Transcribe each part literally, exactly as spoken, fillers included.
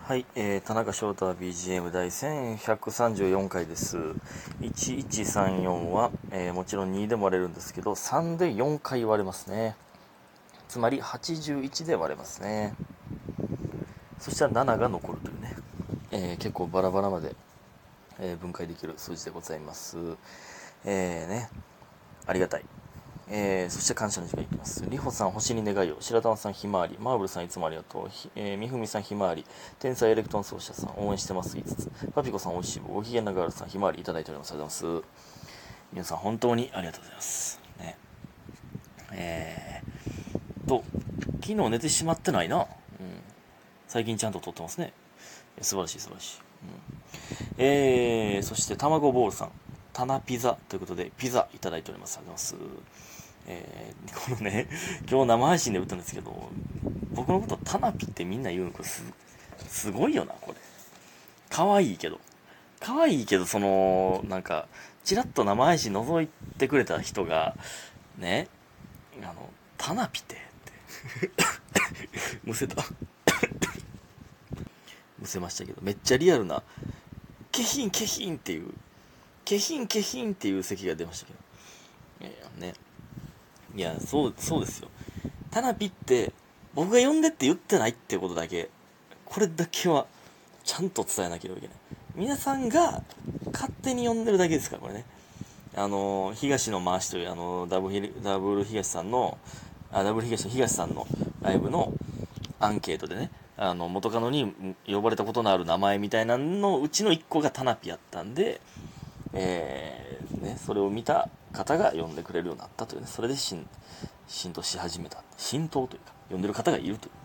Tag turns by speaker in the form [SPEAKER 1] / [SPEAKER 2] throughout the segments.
[SPEAKER 1] はい、えー、田中翔太 ビージーエム 第せんひゃくさんじゅうよんかいです。いちいちさんよんは、えー、もちろんにでも割れるんですけど、さんでよんかい割れますね。つまりはちじゅういちで割れますね。そしたらななが残るというね、えー、結構バラバラまで、えー、分解できる数字でございます。えーね、ありがたい。えー、そして感謝の時間いきます。りほさん、星に願いを。白玉さん、ひまわり。マーブルさん、いつもありがとう。えー、みふみさん、ひまわり。天才エレクトーン奏者さん、応援してます。いつつ。パピコさん、おいしい棒。ご機嫌なガールさん、ひまわりいただいております。ありがとうございます。皆さん、本当にありがとうございます。ね。えーと、昨日寝てしまってないな。うん。最近ちゃんと撮ってますね。素晴らしい、素晴らしい。うん、えー、そして、卵ボールさん。タナピザということで、ピザいただいております。ありがとうございます。えー、このね、今日生配信で打ったんですけど、僕のことタナピってみんな言うの、これす、すごいよな、これ。可愛いけど。可愛いけど、その、なんか、ちらっと生配信覗いてくれた人が、ね、あの、タナピってって、むせた。むせましたけど、めっちゃリアルな、ケヒンケヒンっていう、ケヒンケヒンっていう席が出ましたけど、えー、ね。いや、そう、そうですよ。タナピって僕が呼んでって言ってないってことだけ、これだけはちゃんと伝えなければいけない。皆さんが勝手に呼んでるだけですから、これね。あの東の回しというあのダブルダブル東さんのあダブル東の東さんのライブのアンケートでね、あの元カノに呼ばれたことのある名前みたいなのうちのいっこがタナピやったんで、えーね、それを見た方が呼んでくれるようになったというね、それで浸浸透し始めた、浸透というか呼んでる方がいるという、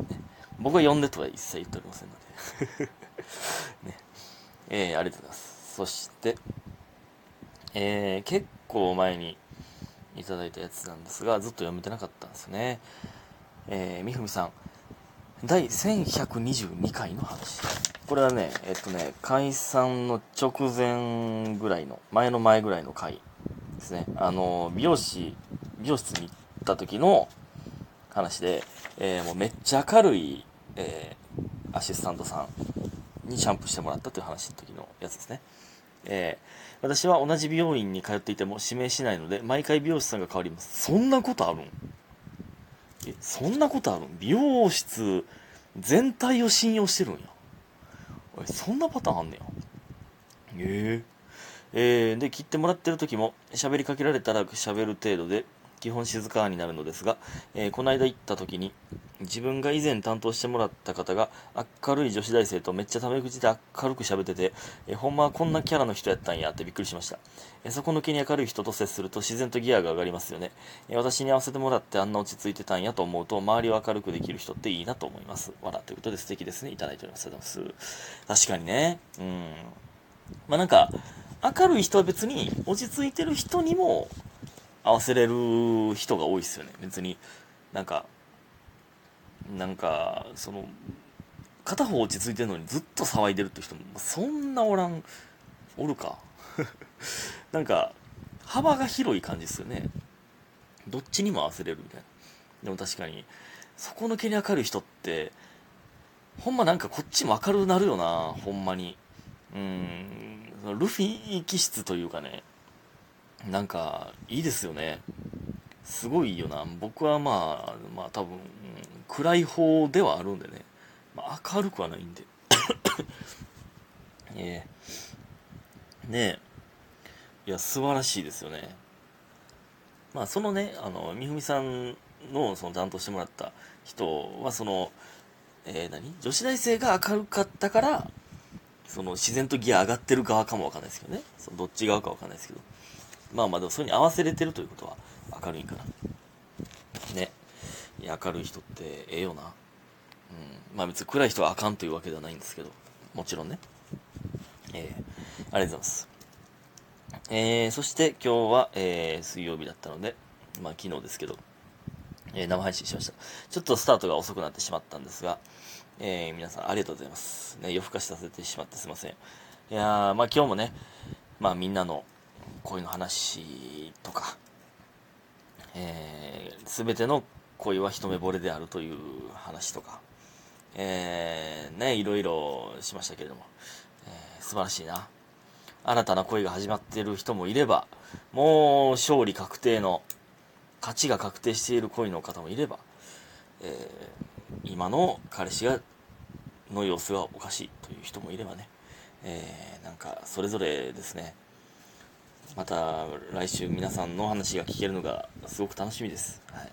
[SPEAKER 1] ね、僕は呼んでとは一切言っておりませんので、ね、えー、ありがとうございます。そして、えー、結構前にいただいたやつなんですが、ずっと読めてなかったんですね。えー、みふみさん、第せんひゃくにじゅうにかいの話。これはね、えっとね、解散の直前ぐらいの、前の前ぐらいの回ですね。あの、美容師、美容室に行った時の話で、えー、もうめっちゃ明るい、えー、アシスタントさんにシャンプーしてもらったという話の時のやつですね。えー、私は同じ美容院に通っていても指名しないので、毎回美容師さんが変わります。そんなことあるん？え、そんなことあるん？美容室全体を信用してるんや。おい、そんなパターンあんねや。えー、えー、で、切ってもらってる時も、喋りかけられたら喋る程度で、基本静かになるのですが、えー、この間行った時に、自分が以前担当してもらった方が、明るい女子大生とめっちゃタメ口で明るく喋ってて、えー、ほんまはこんなキャラの人やったんやってびっくりしました。えー、そこ抜けに明るい人と接すると自然とギアが上がりますよね。えー、私に合わせてもらってあんな落ち着いてたんやと思うと、周りを明るくできる人っていいなと思います。わら、ということで素敵ですね。いただいております。ありがとうございます。確かにね。うん。まあなんか、明るい人は別に落ち着いてる人にも合わせれる人が多いですよね。別になんか、なんか、その、片方落ち着いてるのにずっと騒いでるって人もそんなおらん、おるか。なんか、幅が広い感じですよね。どっちにも合わせれるみたいな。でも確かに、そこ抜けに明るい人って、ほんまなんかこっちも明るくなるよな、ほんまに。うーん、ルフィ気質というかね、なんか、いいですよね。すごいよな。僕はまあ、まあ多分、うん、暗い方ではあるんでね。まあ明るくはないんで。えー、ねえ。いや、素晴らしいですよね。まあそのね、あの、みふみさんのその担当してもらった人は、その、えー、何女子大生が明るかったから、その自然とギア上がってる側かもわかんないですけどね。そのどっち側かわかんないですけど。まあまあでもそれに合わせれてるということは明るいから。ね。いや明るい人ってええよな。うん。まあ別に暗い人はあかんというわけではないんですけど。もちろんね。えー、ありがとうございます。えー、そして今日は、えー、水曜日だったので、まあ昨日ですけど、えー、生配信しました。ちょっとスタートが遅くなってしまったんですが、えー、皆さんありがとうございます。ね、夜更かしさせてしまってすいません。いやー、まあ今日もね、まあみんなの恋の話とか、す、えー、べての恋は一目惚れであるという話とか、えー、ね、いろいろしましたけれども、えー、素晴らしいな。新たな恋が始まっている人もいれば、もう勝利確定の、勝ちが確定している恋の方もいれば、えー、今の彼氏が、の様子がおかしいという人もいればね、えー、なんかそれぞれですね。また来週皆さんの話が聞けるのがすごく楽しみです。はい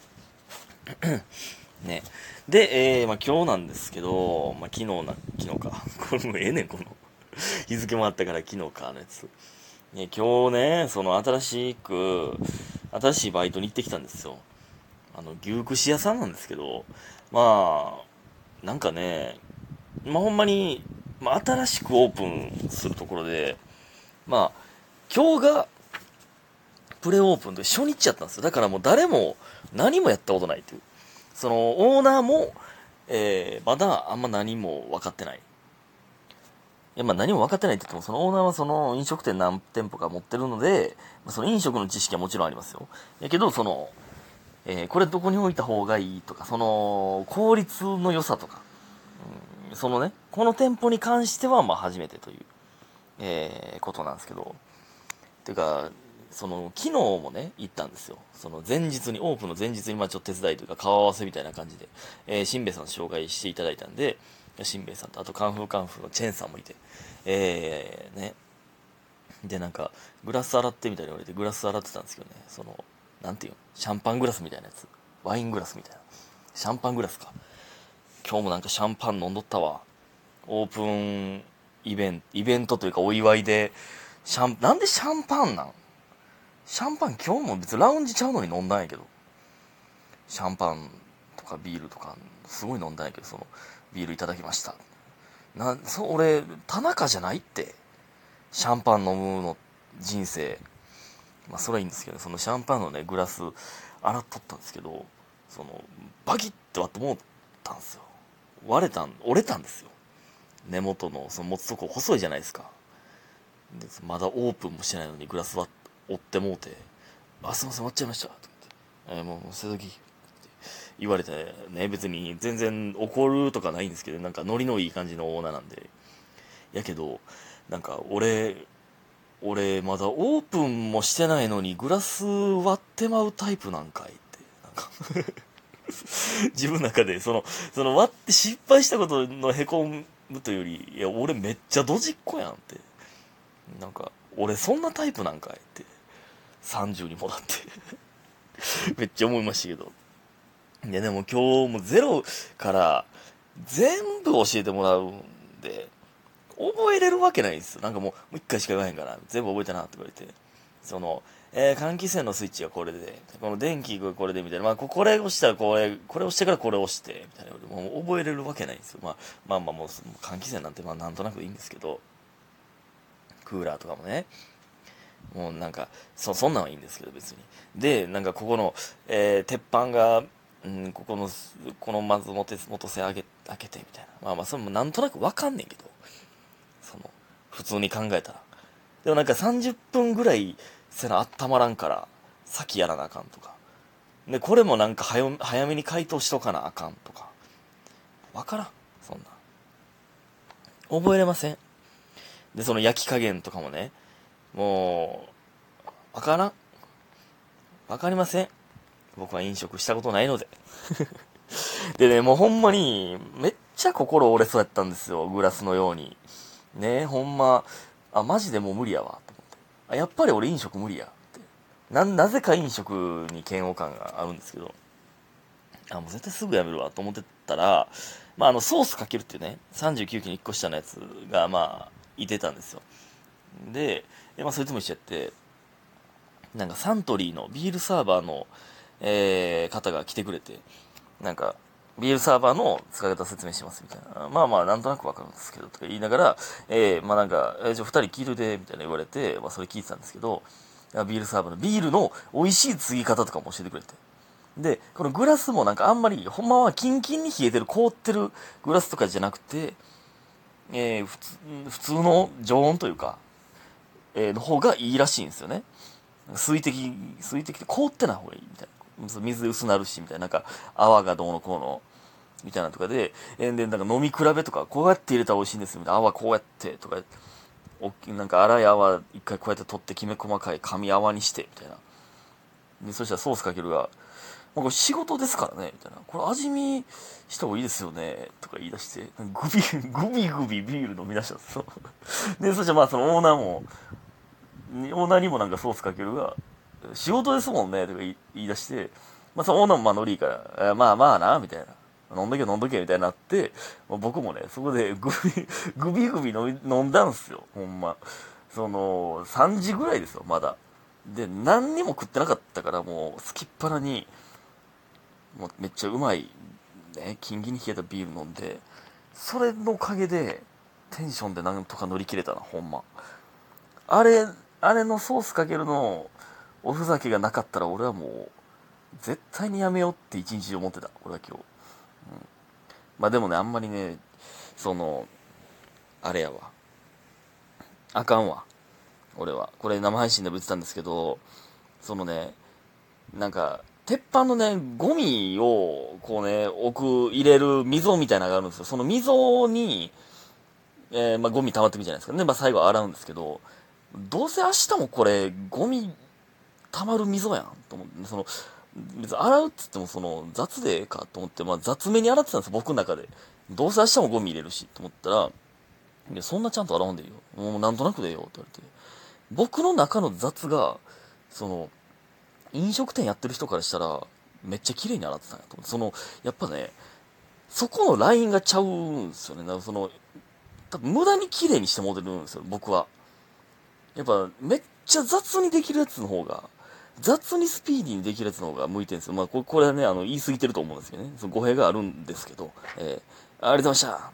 [SPEAKER 1] ね、で、えーまあ、今日なんですけど、まあ、昨日な昨日かこれもええねんこの日付もあったから昨日かのやつ、ね、今日ねその新しく新しいバイトに行ってきたんですよ。あの牛串屋さんなんですけど、まあなんかね、まあ、ほんまに、まあ、新しくオープンするところで、まあ今日がプレオープンで初日やったんですよ。だからもう誰も何もやったことないという。そのオーナーも、えー、まだあんま何も分かってない。いや、まあ何も分かってないって言っても、そのオーナーはその飲食店何店舗か持ってるので、その飲食の知識はもちろんありますよ。やけど、その、えー、これどこに置いた方がいいとか、その、効率の良さとか、うん、そのね、この店舗に関しては、まあ初めてという、えー、ことなんですけど、ていうか、その昨日もね行ったんですよ。その前日に、オープンの前日にまあちょっと手伝いというか顔合わせみたいな感じで、えー、しんべヱさん紹介していただいたんで、しんべヱさんとあとカンフーカンフーのチェンさんもいて、えー、ねでなんかグラス洗ってみたいに言われてグラス洗ってたんですけどね、そのなんていうの、シャンパングラスみたいなやつ、ワイングラスみたいな、シャンパングラスか。今日もなんかシャンパン飲んどったわ。オープンイベントイベントというかお祝いでシャンなんでシャンパンなん、シャンパン今日も別にラウンジちゃうのに飲んだんやけど、シャンパンとかビールとかすごい飲んだんやけど、そのビールいただきましたな、そう俺田中じゃないって、シャンパン飲むの人生。まあそれはいいんですけど、そのシャンパンのねグラス洗っとったんですけど、そのバキッて割ってもうたんですよ。割れたん折れたんですよ。根元のその持つとこ細いじゃないですか。でまだオープンもしてないのにグラス割折ってもうて、あ、すいません、終わっちゃいました。とか言って、えー、もう、瀬崎って言われてね、別に全然怒るとかないんですけど、なんかノリのいい感じのオーナーなんで。やけど、なんか俺、俺まだオープンもしてないのにグラス割ってまうタイプなんかいって、なんか自分の中で、その、その割って失敗したことのへこむというより、いや、俺めっちゃドジっ子やんって。なんか、俺そんなタイプなんかいって。さんじゅうにもなってめっちゃ思いましたけど。いやでも今日もゼロから全部教えてもらうんで、覚えれるわけないんですよ。なんかもういっかいしか言わへんから全部覚えたなって言われて、その、えー、換気扇のスイッチがこれで、この電気がこれでみたいな、まあこれ押したらこれ、これ押してからこれ押してみたいな、もう覚えれるわけないんですよ。まあまあまあもう換気扇なんてまあなんとなくいいんですけど、クーラーとかもね、もうなんかそそんなんはいいんですけど別に。でなんかここの、えー、鉄板が、うん、ここのこのまず元元栓開け開けてみたいな、まあまあそれもなんとなくわかんねんけど、その普通に考えたら、でもなんかさんじゅっぷんぐらいせな温まらんから先やらなあかんとか、でこれもなんか早早めに解凍しとかなあかんとか、わからん、そんな覚えれません。でその焼き加減とかもね、もうわからん、わかりません。僕は飲食したことないのででね、もうほんまにめっちゃ心折れそうやったんですよ、グラスのようにね。ほんま、あマジでもう無理やわと思って、あやっぱり俺飲食無理やって、ななぜか飲食に嫌悪感があるんですけど、あもう絶対すぐやめるわと思ってたら、まあ、あのソースかけるっていうね、さんじゅうきゅうきにいっこ下のやつがまあいてたんですよ。で、まあ、そいつも一緒やって、なんかサントリーのビールサーバーの、えー、方が来てくれて、なんかビールサーバーの使い方説明しますみたいな、まあまあなんとなくわかるんですけどとか言いながら、えー、まあなんか、えー、じゃあふたり聞いるでみたいな言われて、まあそれ聞いてたんですけど、ビールサーバーのビールの美味しい継ぎ方とかも教えてくれて、でこのグラスもなんかあんまりほんまはキンキンに冷えてる凍ってるグラスとかじゃなくて、えー、普通普通の常温というか、えー、の方がいいらしいんですよね。水滴水滴って凍ってない方がいいみたいな、水で薄なるしみたいな、なんか泡がどうのこうのみたいなとかで、えー、で、なんか飲み比べとか、こうやって入れたら美味しいんですよ、みたいな。泡こうやって、とか、おっきなんか粗い泡、一回こうやって取ってきめ細かい紙泡にして、みたいな。で、そしたらソースかけるが、これ仕事ですからね、みたいな。これ味見した方がいいですよね、とか言い出して、グビ、グビグビビール飲み出したんですよ。で、そしたらまあそのオーナーも、オーナーにもなんかソースかけるが、仕事ですもんね、とか言い出して、まあそのオーナーもまあノリいいから、まあまあな、みたいな。飲んどけ飲んどけみたいになって、まあ、僕もね、そこでグビ、グビグビ飲み飲んだんすよ、ほんま。その、さんじぐらいですよ、まだ。で、何にも食ってなかったから、もう、すきっ腹に、もうめっちゃうまい、ね、キンキンに冷えたビール飲んで、それのおかげで、テンションでなんとか乗り切れたな、ほんま。あれ、あれのソースかけるの、おふざけがなかったら俺はもう、絶対にやめようって一日思ってた、俺は今日。うん、まあでもね、あんまりね、その、あれやわ。あかんわ。俺は。これ生配信でも言ってたんですけど、そのね、なんか、鉄板のね、ゴミを、こうね、置く、入れる溝みたいなのがあるんですよ。その溝に、えー、まあゴミ溜まってくるじゃないですかね。まあ最後洗うんですけど、どうせ明日もこれ、ゴミ溜まる溝やん、と思って、その、別に洗うっつってもその雑でええかと思って、まあ雑めに洗ってたんですよ、僕の中で。どうせ明日もゴミ入れるし、と思ったら、いや、そんなちゃんと洗わんでいいよ。もうなんとなくでいいよ、って言われて。僕の中の雑が、その、飲食店やってる人からしたら、めっちゃ綺麗に洗ってたんやと思って。その、やっぱね、そこのラインがちゃうんですよね。だからその、多分無駄に綺麗にしてもらってるんですよ、僕は。やっぱ、めっちゃ雑にできるやつの方が、雑にスピーディーにできるやつの方が向いてるんですよ。まあ、これ、これはね、あの、言い過ぎてると思うんですけどね。その語弊があるんですけど、えー、ありがとうございました。